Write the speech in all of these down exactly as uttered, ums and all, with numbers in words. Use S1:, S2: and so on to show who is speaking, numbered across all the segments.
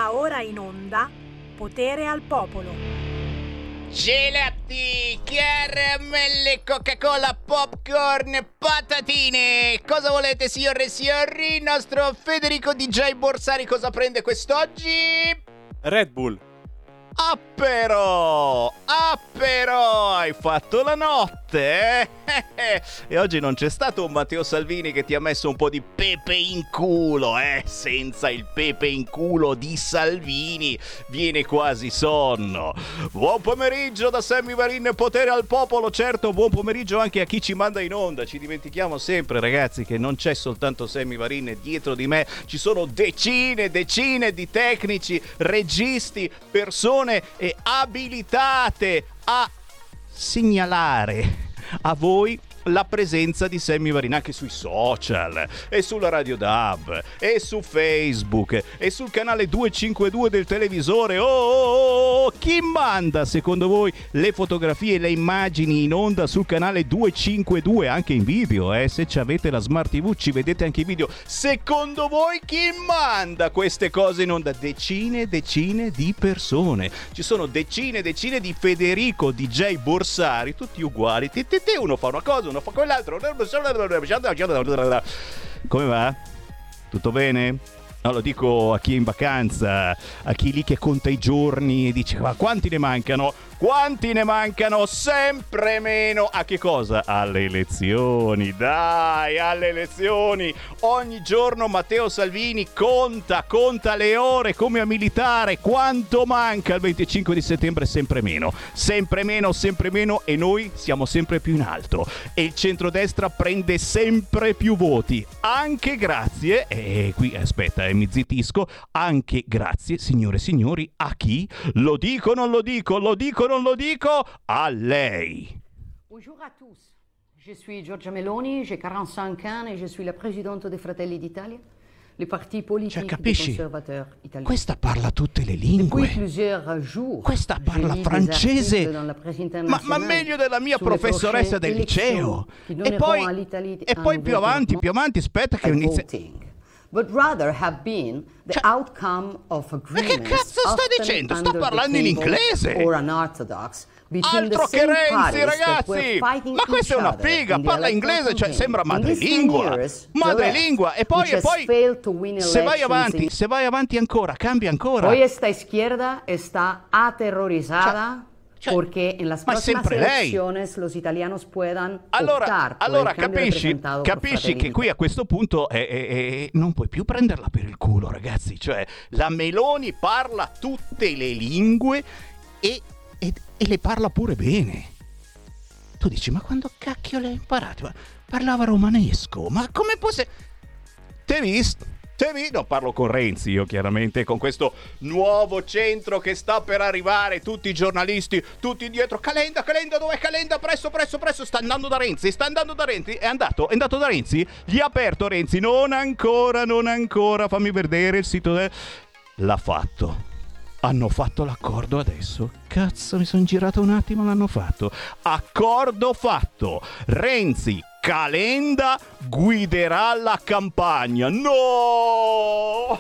S1: Va ora in onda Potere al Popolo.
S2: Gelati, caramelle, Coca-Cola, popcorn, patatine. Cosa volete, signore e signori? Il nostro Federico D J Borsari cosa prende quest'oggi?
S3: Red Bull.
S2: Ah però, ah però, hai fatto la notte, eh? E oggi non c'è stato un Matteo Salvini che ti ha messo un po' di pepe in culo, eh? Senza il pepe in culo di Salvini viene quasi sonno. Buon pomeriggio da Sammy Varin, Potere al Popolo. Certo, buon pomeriggio anche a chi ci manda in onda. Ci dimentichiamo sempre, ragazzi, che non c'è soltanto Sammy Varin, dietro di me ci sono decine e decine di tecnici, registi, persone e abilitate a segnalare a voi la presenza di Sammy Varin anche sui social e sulla Radio D A B e su Facebook e sul canale duecentocinquantadue del televisore. Oh, oh, oh, oh, chi manda secondo voi le fotografie e le immagini in onda sul canale duecentocinquantadue anche in video, eh? Se ci avete la Smart tivù ci vedete anche i video. Secondo voi chi manda queste cose in onda? Decine e decine di persone. Ci sono decine e decine di Federico D J Borsari, tutti uguali. Uno fa una cosa, uno fa quell'altro. Come va? Tutto bene? No, lo dico a chi è in vacanza, a chi lì che conta i giorni e dice: ma quanti ne mancano? Quanti ne mancano? Sempre meno. A che cosa? Alle elezioni, dai, alle elezioni. Ogni giorno Matteo Salvini conta, conta le ore come a militare. Quanto manca il venticinque di settembre? Sempre meno, sempre meno, sempre meno, e noi siamo sempre più in alto. E il centrodestra prende sempre più voti, anche grazie, e qui aspetta, eh, mi zittisco, anche grazie, signore e signori, a chi? Lo dico, non lo dico, lo dico, non lo dico, a lei.
S4: Bonjour à tous. Je suis Giorgia Meloni, j'ai quarante-cinq ans et je suis la présidente dei Fratelli d'Italia, le parti politici
S2: cioè, capisci?
S4: conservateur italiano.
S2: Questa parla tutte le lingue.
S4: Jours,
S2: questa parla francese. Ma, ma meglio della mia professoressa del liceo. E poi, e poi più avanti, più avanti, aspetta che inizia.
S4: But rather have been the
S2: cioè,
S4: outcome of agreements.
S2: Ma che cazzo sta dicendo? Sto parlando in inglese.
S4: Or unorthodox.
S2: Altro che Renzi, ragazzi! Ma questa è una figa, parla inglese, cioè sembra madrelingua. Madrelingua. E poi, e poi, se vai avanti, se vai avanti ancora, cambia ancora.
S4: Hoy esta izquierda está aterrorizada. Cioè, porque en las próximas elecciones los italianos puedan
S2: allora,
S4: optar por
S2: allora
S4: el cambio
S2: capisci,
S4: representado
S2: capisci che qui a questo punto eh, eh, non puoi più prenderla per il culo, ragazzi. Cioè, la Meloni parla tutte le lingue e, e, e le parla pure bene. Tu dici, ma quando cacchio l'hai imparato? Ma parlava romanesco, ma come può essere? T'hai visto? No, parlo con Renzi io chiaramente, con questo nuovo centro che sta per arrivare, tutti i giornalisti, tutti dietro. Calenda, Calenda, dov'è Calenda? Presto, presto, presto, sta andando da Renzi, sta andando da Renzi, è andato, è andato da Renzi? Gli ha aperto Renzi? Non ancora, non ancora, fammi vedere il sito del... L'ha fatto. Hanno fatto l'accordo adesso. Cazzo, mi sono girato un attimo, l'hanno fatto. Accordo fatto. Renzi, Calenda guiderà la campagna. No!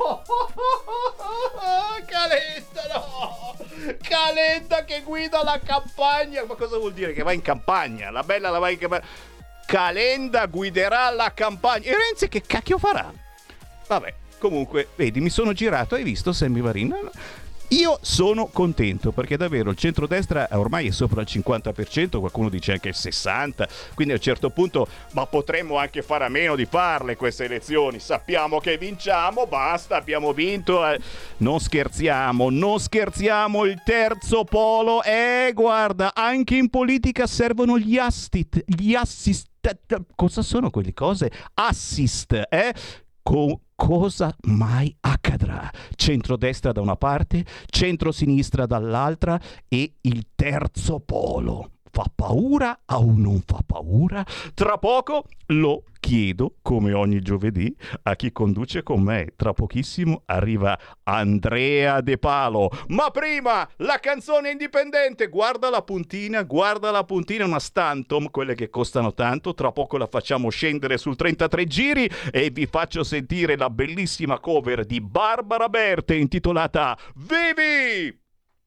S2: Calenda no! Calenda che guida la campagna. Ma cosa vuol dire? Che va in campagna? La bella la va in campagna. Calenda guiderà la campagna. E Renzi che cacchio farà? Vabbè, comunque, vedi, mi sono girato, hai visto Sammy Varin? Io sono contento perché davvero il centrodestra ormai è sopra il cinquanta per cento, qualcuno dice anche il sessanta per cento, quindi a un certo punto, ma potremmo anche fare a meno di farle queste elezioni, sappiamo che vinciamo, basta, abbiamo vinto, eh. Non scherziamo, non scherziamo, il terzo polo, eh guarda, anche in politica servono gli assist, gli assist, cosa sono quelle cose? Assist, eh? Co- cosa mai accadrà? Centrodestra da una parte, centrosinistra dall'altra e il terzo polo. Fa paura o non fa paura? Tra poco lo chiedo, come ogni giovedì, a chi conduce con me. Tra pochissimo arriva Andrea De Palo. Ma prima, la canzone indipendente. Guarda la puntina, guarda la puntina, una Stanton, quelle che costano tanto. Tra poco la facciamo scendere sul trentatré giri e vi faccio sentire la bellissima cover di Barbara Berta intitolata Vivi!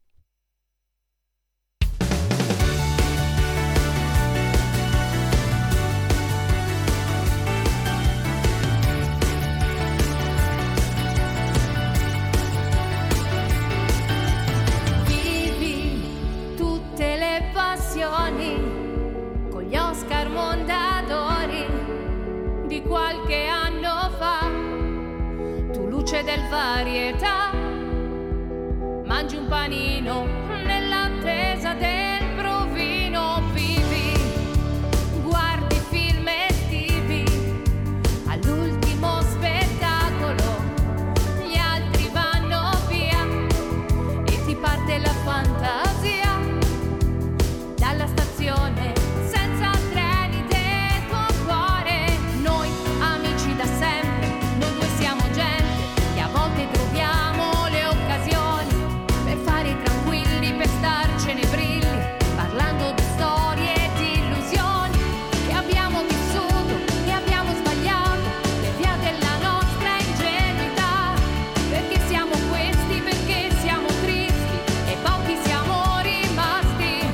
S3: Con gli Oscar Mondadori di qualche anno fa, tu luce del varietà, mangi un panino nell'attesa del provino, vivi, guardi film estivi, all'ultimo spettacolo gli altri vanno via e ti parte la fantasia dalla stazione senza treni del tuo cuore. Noi amici da sempre, noi due siamo gente che a volte troviamo le occasioni per fare tranquilli, per starcene brilli, parlando di storie e di illusioni che abbiamo vissuto, che abbiamo sbagliato, per via della nostra ingenuità, perché siamo questi, perché siamo tristi e pochi siamo rimasti.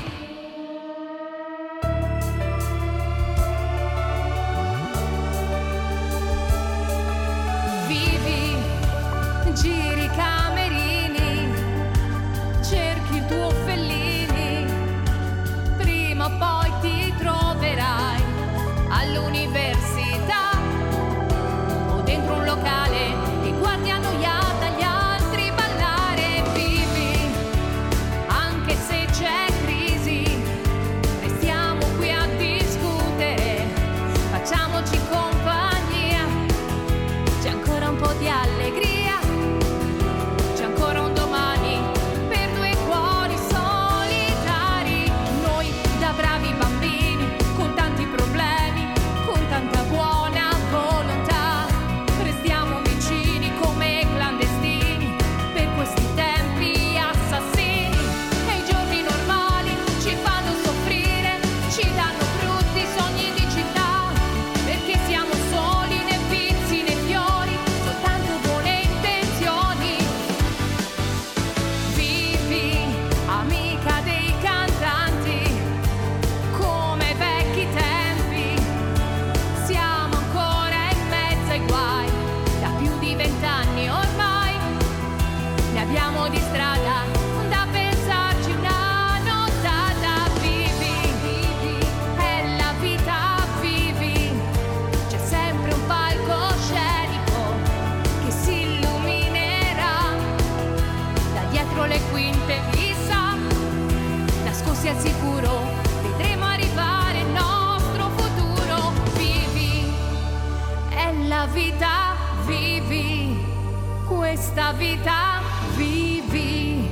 S3: Giri camerini, cerchi il tuo Fellini, prima o poi ti troverai all'università o dentro un locale e guardi annoiata gli altri ballare. Vivi, anche se c'è crisi, restiamo qui a discutere, facciamoci compagnia, c'è ancora un po' di allegria. Abbiamo di strada da pensarci una nottata. Vivi, vivi, è la vita, vivi, c'è sempre un palcoscenico che si illuminerà da dietro le quinte, chissà, nascosti al sicuro, vedremo arrivare il nostro futuro. Vivi, è la vita, vivi, questa vita vivi.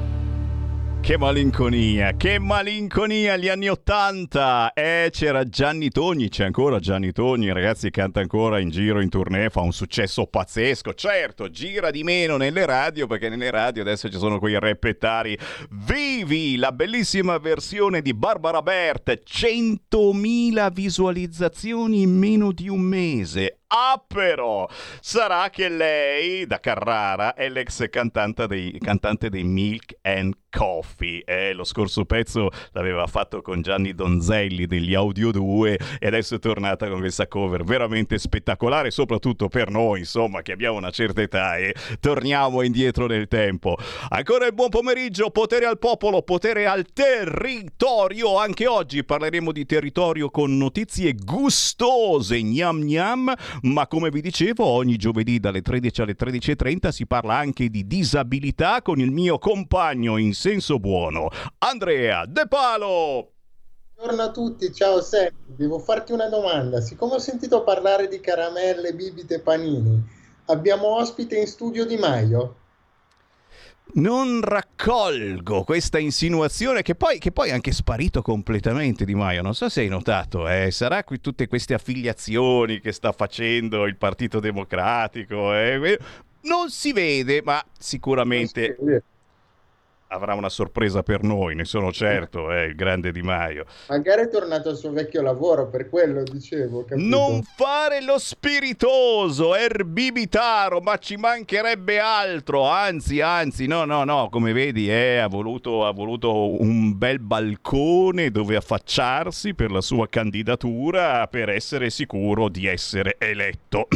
S2: Che malinconia, che malinconia, gli anni ottanta. Eh, c'era Gianni Togni, c'è ancora Gianni Togni, ragazzi, canta ancora in giro, in tournée, fa un successo pazzesco. Certo, gira di meno nelle radio, perché nelle radio adesso ci sono quei reppettari. Vivi, la bellissima versione di Barbara Berta, centomila visualizzazioni in meno di un mese. Ah, però sarà che lei da Carrara è l'ex cantante dei, cantante dei Milk and Coffee. Eh, lo scorso pezzo l'aveva fatto con Gianni Donzelli degli Audio due e adesso è tornata con questa cover veramente spettacolare, soprattutto per noi, insomma, che abbiamo una certa età e torniamo indietro nel tempo. Ancora il buon pomeriggio, potere al popolo, potere al territorio. Anche oggi parleremo di territorio con notizie gustose, gnam gnam. Ma come vi dicevo, ogni giovedì dalle tredici alle tredici e trenta si parla anche di disabilità con il mio compagno in senso buono, Andrea De Palo.
S5: Buongiorno a tutti, ciao Sam. Devo farti una domanda. Siccome ho sentito parlare di caramelle, bibite e panini, abbiamo ospite in studio Di Maio?
S2: Non raccolgo questa insinuazione che poi, che poi è anche sparito completamente Di Maio, non so se hai notato, eh? Sarà qui tutte queste affiliazioni che sta facendo il Partito Democratico, eh? Non si vede, ma sicuramente avrà una sorpresa per noi, ne sono certo, eh, il grande Di Maio.
S5: Magari è tornato al suo vecchio lavoro, per quello dicevo, capito?
S2: Non fare lo spiritoso, erbibitaro, ma ci mancherebbe altro, anzi, anzi, no, no, no, come vedi, eh, ha voluto, ha voluto un bel balcone dove affacciarsi per la sua candidatura, per essere sicuro di essere eletto.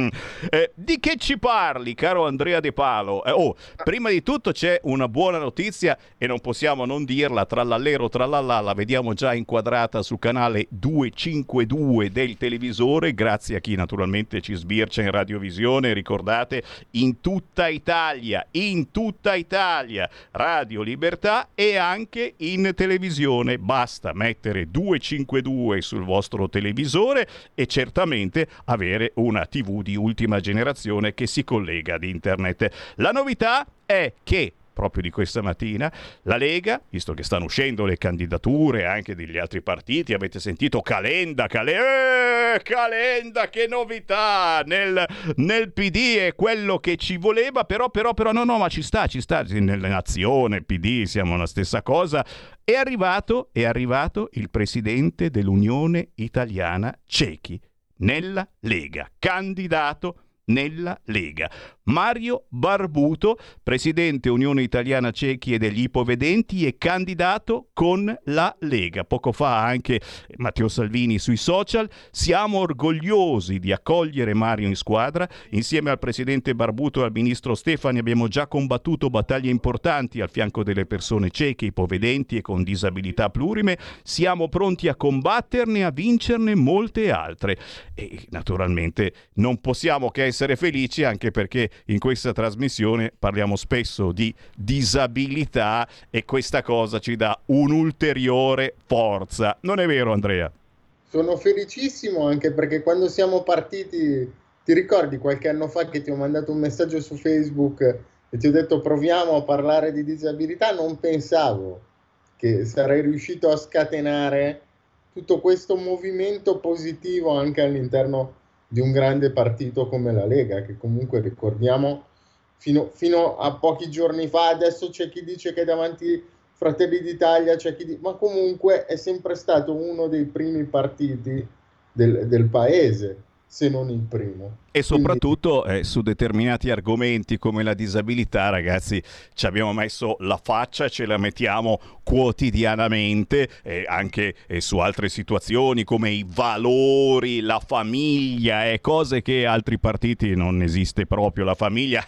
S2: eh, di che ci parli, caro Andrea De Palo? Eh, oh, prima di tutto c'è una buona notizia e non possiamo non dirla, trallallero trallallà, la vediamo già inquadrata sul canale duecentocinquantadue del televisore, grazie a chi naturalmente ci sbircia in radiovisione. Ricordate, in tutta Italia, in tutta Italia, Radio Libertà, e anche in televisione. Basta mettere duecentocinquantadue sul vostro televisore e certamente avere una tivù di ultima generazione che si collega ad internet. La novità è che proprio di questa mattina la Lega, visto che stanno uscendo le candidature anche degli altri partiti, avete sentito Calenda, Calenda, eh, Calenda, che novità nel, nel P D, è quello che ci voleva, però, però, però, no, no, ma ci sta, ci sta, nella Nazione, P D, siamo la stessa cosa. È arrivato, è arrivato il presidente dell'Unione Italiana Ciechi nella Lega, candidato nella Lega. Mario Barbuto, presidente Unione Italiana Ciechi e degli Ipovedenti, e candidato con la Lega. Poco fa anche Matteo Salvini sui social. Siamo orgogliosi di accogliere Mario in squadra. Insieme al presidente Barbuto e al ministro Stefani abbiamo già combattuto battaglie importanti al fianco delle persone cieche, ipovedenti e con disabilità plurime. Siamo pronti a combatterne e a vincerne molte altre. E naturalmente non possiamo che essere felici, anche perché in questa trasmissione parliamo spesso di disabilità e questa cosa ci dà un'ulteriore forza. Non è vero, Andrea?
S5: Sono felicissimo, anche perché quando siamo partiti, ti ricordi qualche anno fa che ti ho mandato un messaggio su Facebook e ti ho detto proviamo a parlare di disabilità? Non pensavo che sarei riuscito a scatenare tutto questo movimento positivo anche all'interno di un grande partito come la Lega, che comunque ricordiamo fino, fino a pochi giorni fa, adesso c'è chi dice che davanti Fratelli d'Italia, c'è chi dice, ma comunque è sempre stato uno dei primi partiti del, del paese, se non il primo.
S2: E soprattutto eh, su determinati argomenti come la disabilità, ragazzi, ci abbiamo messo la faccia e ce la mettiamo quotidianamente, eh, anche eh, su altre situazioni come i valori, la famiglia, e eh, cose che altri partiti non esiste proprio. La famiglia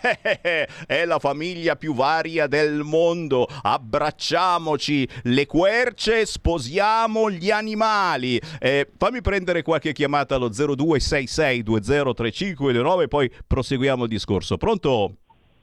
S2: è la famiglia più varia del mondo. Abbracciamoci le querce, sposiamo gli animali. Eh, fammi prendere qualche chiamata allo zero due sei sei due zero tre cinque nove, poi proseguiamo il discorso. Pronto?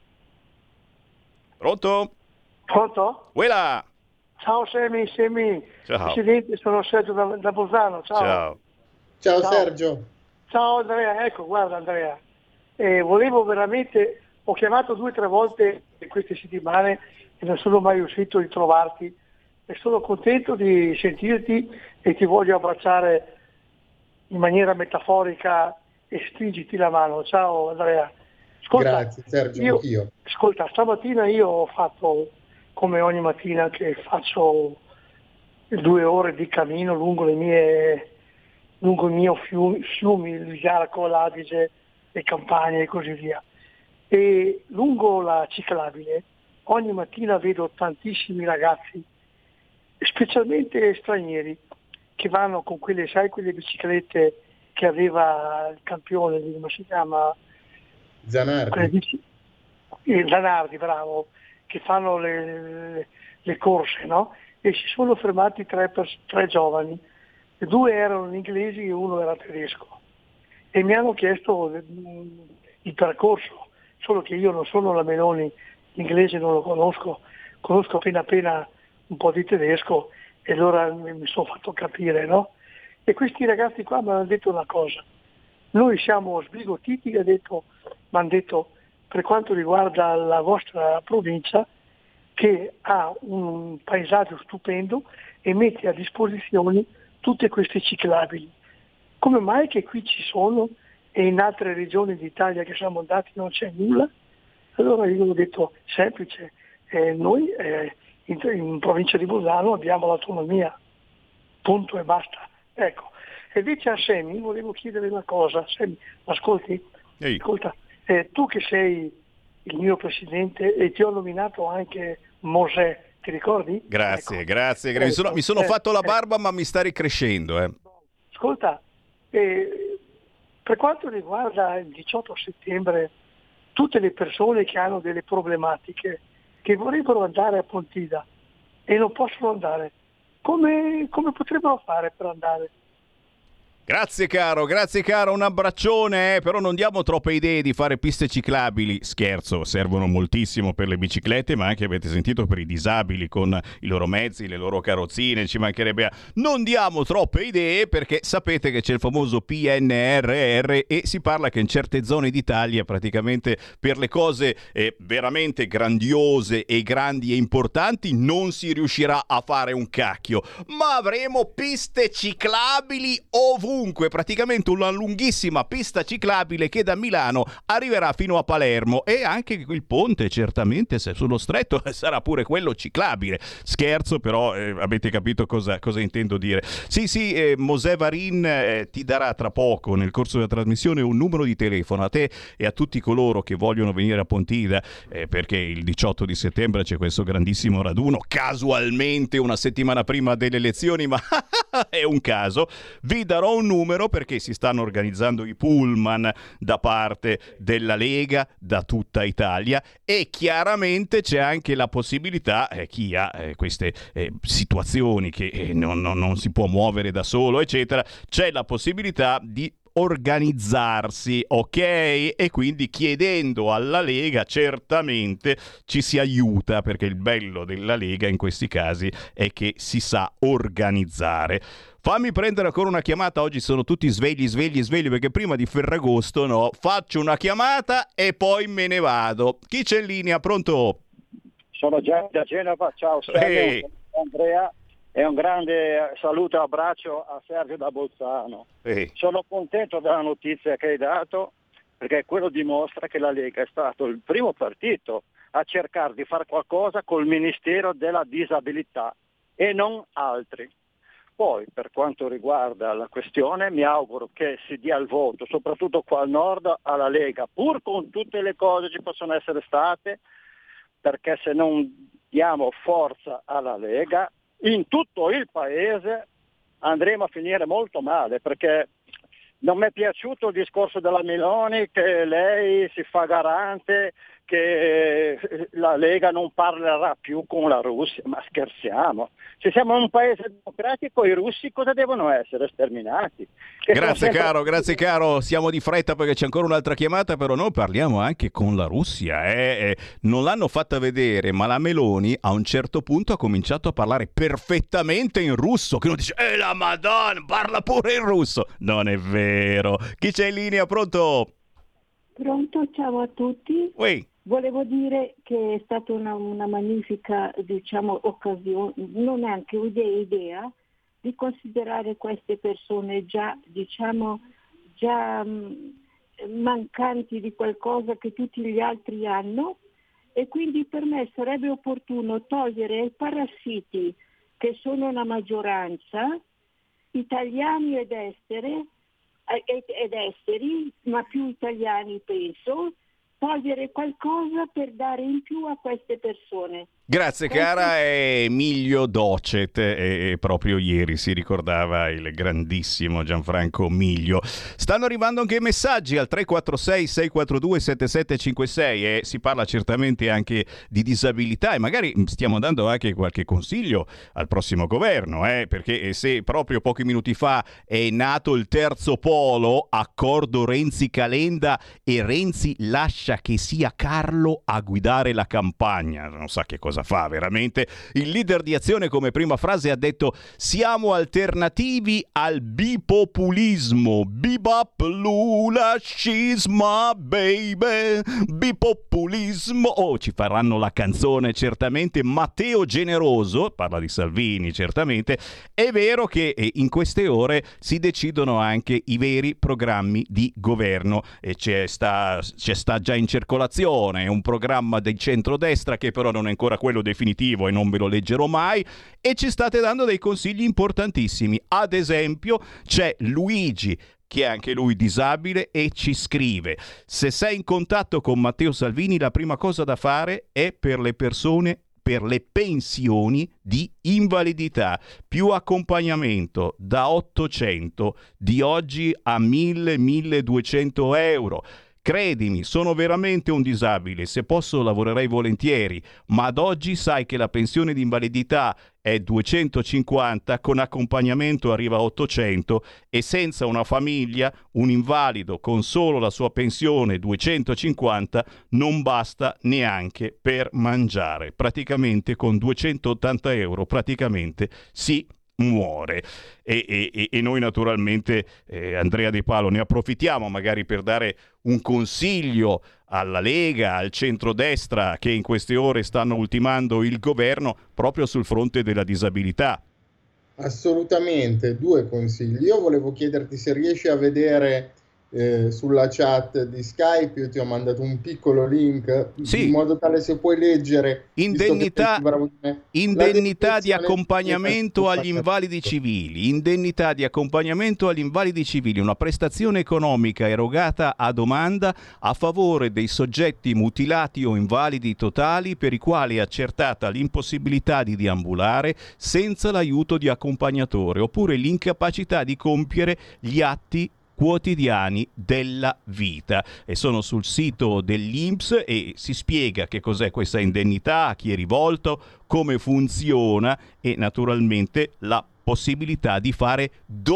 S2: Pronto?
S6: Pronto?
S2: Uela!
S6: Ciao Semi, Semi.
S2: Ciao.
S6: Presidente, sono Sergio da, da Bolzano. Ciao.
S2: Ciao.
S5: Ciao,
S6: Ciao.
S5: Sergio.
S6: Ciao Andrea, ecco, guarda Andrea, eh, volevo veramente, ho chiamato due o tre volte in queste settimane e non sono mai riuscito di trovarti, e sono contento di sentirti e ti voglio abbracciare in maniera metaforica e stringiti la mano. Ciao Andrea. Ascolta,
S5: grazie Sergio,
S6: io,
S5: anch'io.
S6: Ascolta, stamattina io ho fatto, come ogni mattina che faccio due ore di cammino lungo le mie lungo il mio fiumi, fiumi, il Garco, l'Adige, le campagne e così via. E lungo la ciclabile ogni mattina vedo tantissimi ragazzi, specialmente stranieri, che vanno con quelle, sai, quelle biciclette che aveva il campione, come si chiama?
S5: Zanardi.
S6: Bici... Eh, Zanardi, bravo, che fanno le, le, le corse, no? E si sono fermati tre, per, tre giovani, due erano inglesi e uno era tedesco, e mi hanno chiesto il percorso, solo che io non sono la Meloni, l'inglese non lo conosco, conosco appena appena un po' di tedesco, e allora mi sono fatto capire, no? E questi ragazzi qua mi hanno detto una cosa, noi siamo sbigottiti, mi hanno detto, per quanto riguarda la vostra provincia, che ha un paesaggio stupendo e mette a disposizione tutte queste ciclabili. Come mai che qui ci sono e in altre regioni d'Italia che siamo andati non c'è nulla? Allora io ho detto semplice, eh, noi eh, in, in provincia di Bolzano abbiamo l'autonomia, punto e basta. Ecco. E invece a Semi volevo chiedere una cosa. Semi, ascolti?
S2: Ehi.
S6: Ascolta, eh, tu che sei il mio presidente e ti ho nominato anche Mosè, ti ricordi?
S2: Grazie,
S6: ecco.
S2: grazie, grazie. Mi sono, mi sono
S6: eh,
S2: fatto la
S6: eh.
S2: barba ma mi sta ricrescendo. Eh.
S6: Ascolta, eh, per quanto riguarda il diciotto settembre, tutte le persone che hanno delle problematiche, che vorrebbero andare a Pontida e non possono andare, come, come potrebbero fare per andare?
S2: Grazie caro, grazie caro, un abbraccione, eh? Però non diamo troppe idee di fare piste ciclabili, scherzo, servono moltissimo per le biciclette, ma anche avete sentito per i disabili con i loro mezzi, le loro carrozzine, ci mancherebbe a... Non diamo troppe idee perché sapete che c'è il famoso P N R R e si parla che in certe zone d'Italia praticamente per le cose eh, veramente grandiose e grandi e importanti non si riuscirà a fare un cacchio, ma avremo piste ciclabili ovunque. Comunque praticamente una lunghissima pista ciclabile che da Milano arriverà fino a Palermo e anche il ponte certamente se sullo stretto sarà pure quello ciclabile. Scherzo, però eh, avete capito cosa, cosa intendo dire. Sì sì, eh, Mosè Varin eh, ti darà tra poco nel corso della trasmissione un numero di telefono a te e a tutti coloro che vogliono venire a Pontida eh, perché il diciotto di settembre c'è questo grandissimo raduno, casualmente una settimana prima delle elezioni, ma è un caso. Vi darò un numero perché si stanno organizzando i pullman da parte della Lega da tutta Italia e chiaramente c'è anche la possibilità, eh, chi ha eh, queste eh, situazioni che eh, non, non, non si può muovere da solo eccetera, c'è la possibilità di organizzarsi, ok? E quindi chiedendo alla Lega certamente ci si aiuta, perché il bello della Lega in questi casi è che si sa organizzare. Fammi prendere ancora una chiamata, oggi sono tutti svegli, svegli, svegli, perché prima di Ferragosto, no, faccio una chiamata e poi me ne vado. Chi c'è in linea? Pronto?
S7: Sono Gianni da Genova, ciao Sergio,
S2: Ehi.
S7: Andrea e un grande saluto e abbraccio a Sergio da Bolzano.
S2: Ehi.
S7: Sono contento della notizia che hai dato perché quello dimostra che la Lega è stato il primo partito a cercare di fare qualcosa col Ministero della Disabilità e non altri. Poi, per quanto riguarda la questione, mi auguro che si dia il voto, soprattutto qua al nord, alla Lega, pur con tutte le cose che ci possono essere state, perché se non diamo forza alla Lega, in tutto il paese andremo a finire molto male, perché non mi è piaciuto il discorso della Meloni, che lei si fa garante che la Lega non parlerà più con la Russia, ma scherziamo. Se siamo un paese democratico, i russi cosa devono essere? Sterminati. Che
S2: Grazie
S7: sempre...
S2: caro, grazie caro, siamo di fretta perché c'è ancora un'altra chiamata, però noi parliamo anche con la Russia. Eh? Non l'hanno fatta vedere, ma la Meloni a un certo punto ha cominciato a parlare perfettamente in russo, che uno dice, eh la Madonna, parla pure in russo. Non è vero. Chi c'è in linea? Pronto?
S8: Pronto, ciao a tutti.
S2: Uè.
S8: Volevo dire che è stata una, una magnifica, diciamo, occasione, non è anche idea, idea di considerare queste persone già, diciamo, già mh, mancanti di qualcosa che tutti gli altri hanno, e quindi per me sarebbe opportuno togliere i parassiti, che sono una maggioranza, italiani ed esteri, ed, ed esteri, ma più italiani penso, togliere qualcosa per dare in più a queste persone.
S2: Grazie cara, è Emilio Docet e, e proprio ieri si ricordava il grandissimo Gianfranco Miglio. Stanno arrivando anche messaggi al tre quattro sei sei quattro due sette sette cinque sei e si parla certamente anche di disabilità e magari stiamo dando anche qualche consiglio al prossimo governo, eh? Perché se proprio pochi minuti fa è nato il terzo polo, accordo Renzi-Calenda e Renzi lascia che sia Carlo a guidare la campagna. Non sa che cosa fa veramente. Il leader di Azione come prima frase ha detto: siamo alternativi al bipopulismo. Bebop, Lula, scisma, baby, bipopulismo. Oh, ci faranno la canzone certamente. Matteo Generoso, parla di Salvini certamente. È vero che in queste ore si decidono anche i veri programmi di governo e c'è sta, c'è sta già in circolazione un programma del centrodestra che però non è ancora quello definitivo e non ve lo leggerò mai, e ci state dando dei consigli importantissimi. Ad esempio c'è Luigi, che è anche lui disabile, e ci scrive: se sei in contatto con Matteo Salvini, la prima cosa da fare è per le persone per le pensioni di invalidità, più accompagnamento da ottocento di oggi a mille milleduecento euro. Credimi, sono veramente un disabile, se posso lavorerei volentieri, ma ad oggi sai che la pensione di invalidità è duecentocinquanta, con accompagnamento arriva a ottocento, e senza una famiglia un invalido con solo la sua pensione duecentocinquanta non basta neanche per mangiare. Praticamente con duecentottanta euro praticamente si muore. E, e, e noi naturalmente, eh, Andrea De Palo, ne approfittiamo magari per dare un consiglio alla Lega, al centrodestra, che in queste ore stanno ultimando il governo proprio sul fronte della disabilità.
S5: Assolutamente, due consigli. Io volevo chiederti se riesci a vedere eh, sulla chat di Skype, io ti ho mandato un piccolo link,
S2: sì,
S5: in modo tale se puoi leggere
S2: indennità, me, indennità di accompagnamento agli invalidi civili, indennità di accompagnamento agli invalidi civili, una prestazione economica erogata a domanda a favore dei soggetti mutilati o invalidi totali per i quali è accertata l'impossibilità di deambulare senza l'aiuto di accompagnatore, oppure l'incapacità di compiere gli atti quotidiani della vita. E sono sul sito dell'I N P S e si spiega che cos'è questa indennità, a chi è rivolto, come funziona e naturalmente la possibilità di fare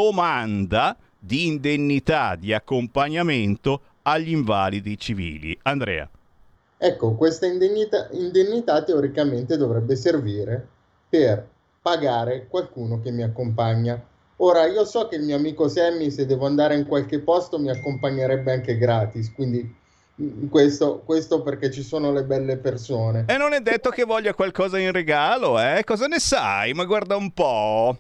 S2: domanda di indennità di accompagnamento agli invalidi civili. Andrea.
S5: Ecco, questa indennità, indennità teoricamente dovrebbe servire per pagare qualcuno che mi accompagna. Ora, io so che il mio amico Sammy, se devo andare in qualche posto, mi accompagnerebbe anche gratis, quindi questo, questo perché ci sono le belle persone.
S2: E non è detto che voglia qualcosa in regalo, eh? Cosa ne sai? Ma guarda un po'.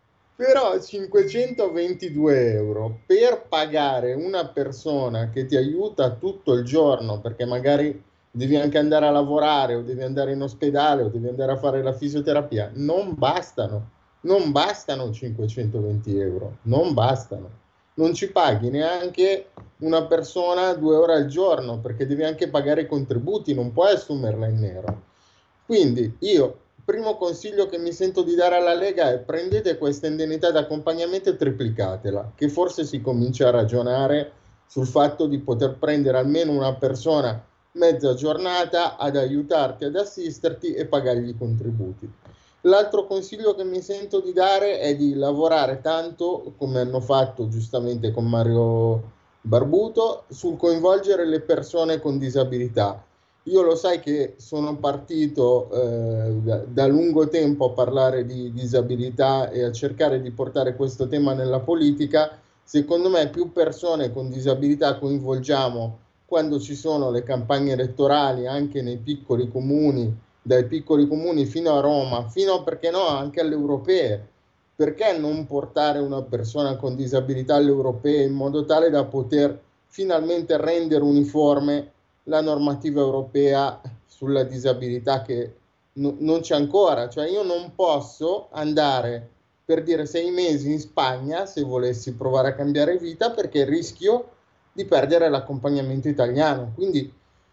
S5: Però cinquecentoventidue euro per pagare una persona che ti aiuta tutto il giorno, perché magari devi anche andare a lavorare o devi andare in ospedale o devi andare a fare la fisioterapia, non bastano. Non bastano cinquecentoventi euro, non bastano. Non ci paghi neanche una persona due ore al giorno, perché devi anche pagare i contributi, non puoi assumerla in nero. Quindi io, primo consiglio che mi sento di dare alla Lega è: prendete questa indennità d'accompagnamento e triplicatela, che forse si comincia a ragionare sul fatto di poter prendere almeno una persona mezza giornata ad aiutarti, ad assisterti e pagargli i contributi. L'altro consiglio che mi sento di dare è di lavorare tanto, come hanno fatto giustamente con Mario Barbuto, sul coinvolgere le persone con disabilità. Io lo sai che sono partito eh, da, da lungo tempo a parlare di disabilità e a cercare di portare questo tema nella politica. Secondo me più persone con disabilità coinvolgiamo quando ci sono le campagne elettorali anche nei piccoli comuni, dai piccoli comuni fino a Roma, fino, perché no, anche alle europee. Perché non portare una persona con disabilità alle europee in modo tale da poter finalmente rendere uniforme la normativa europea sulla disabilità, che no, non c'è ancora? Cioè io non posso andare per dire sei mesi in Spagna se volessi provare a cambiare vita, perché rischio di perdere l'accompagnamento italiano. Quindi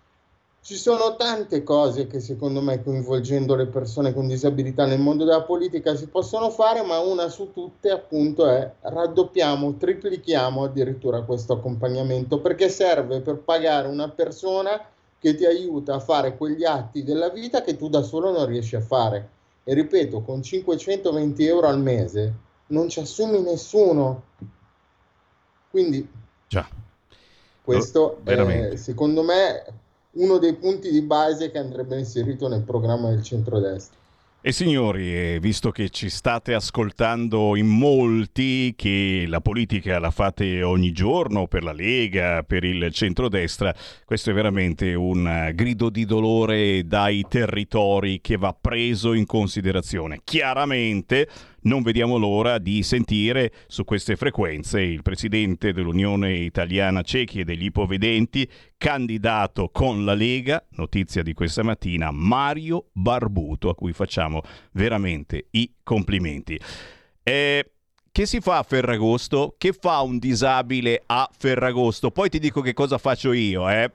S5: ci sono tante cose che secondo me, coinvolgendo le persone con disabilità nel mondo della politica, si possono fare, ma una su tutte appunto è: raddoppiamo, triplichiamo addirittura questo accompagnamento, perché serve per pagare una persona che ti aiuta a fare quegli atti della vita che tu da solo non riesci a fare. E ripeto, con cinquecentoventi euro al mese non ci assumi nessuno. Quindi
S2: già,
S5: questo
S2: veramente.
S5: È, secondo me, uno dei punti di base che andrebbe inserito nel programma del centrodestra.
S2: E signori, visto che ci state ascoltando in molti, che la politica la fate ogni giorno per la Lega, per il centrodestra, questo è veramente un grido di dolore dai territori che va preso in considerazione. Chiaramente non vediamo l'ora di sentire su queste frequenze il presidente dell'Unione Italiana Ciechi e degli Ipovedenti, candidato con la Lega, notizia di questa mattina, Mario Barbuto, a cui facciamo veramente i complimenti. Eh, che si fa a Ferragosto? Che fa un disabile a Ferragosto? Poi ti dico che cosa faccio io, eh?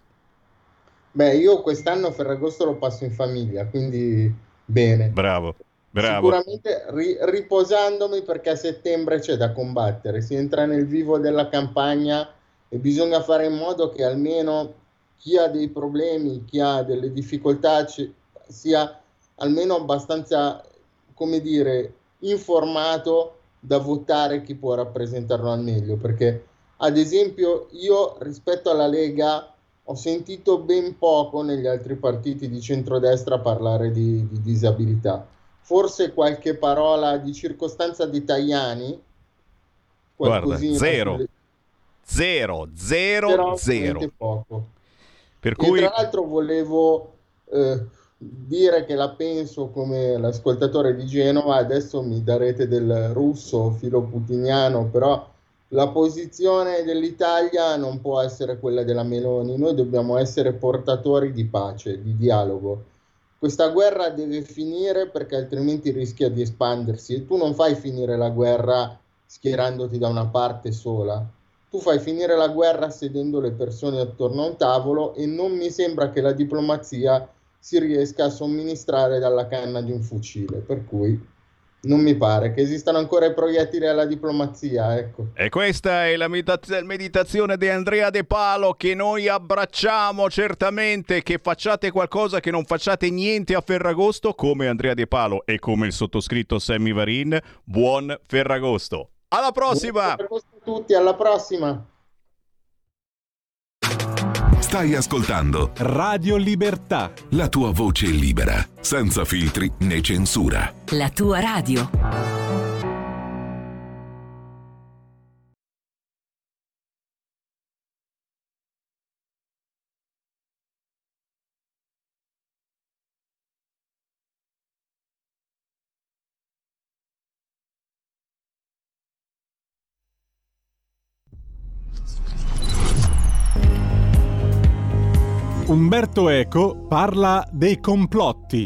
S5: Beh, io quest'anno Ferragosto lo passo in famiglia, quindi bene.
S2: Bravo. Bravo.
S5: Sicuramente ri- riposandomi, perché a settembre c'è da combattere, si entra nel vivo della campagna e bisogna fare in modo che almeno chi ha dei problemi, chi ha delle difficoltà ci- sia almeno abbastanza, come dire, informato da votare chi può rappresentarlo al meglio, perché ad esempio io rispetto alla Lega ho sentito ben poco negli altri partiti di centrodestra parlare di, di disabilità. Forse qualche parola di circostanza di Tajani,
S2: guarda, zero,
S5: sulle...
S2: zero, zero, zero.
S5: Poco.
S2: Per cui...
S5: E tra l'altro volevo eh, dire che la penso come l'ascoltatore di Genova, adesso mi darete del russo filo putiniano, però la posizione dell'Italia non può essere quella della Meloni, noi dobbiamo essere portatori di pace, di dialogo. Questa guerra deve finire, perché altrimenti rischia di espandersi, e tu non fai finire la guerra schierandoti da una parte sola, tu fai finire la guerra sedendo le persone attorno a un tavolo, e non mi sembra che la diplomazia si riesca a somministrare dalla canna di un fucile, per cui non mi pare che esistano ancora i proiettili alla diplomazia, ecco.
S2: E questa è la meditaz- meditazione di Andrea De Palo, che noi abbracciamo certamente. Che facciate qualcosa, che non facciate niente a Ferragosto, come Andrea De Palo e come il sottoscritto Sammy Varin. Buon Ferragosto. Alla prossima!
S5: Buon Ferragosto a tutti, alla prossima!
S9: Stai ascoltando
S10: Radio Libertà,
S9: la tua voce libera, senza filtri né censura.
S11: La tua radio.
S10: Umberto Eco parla dei complotti.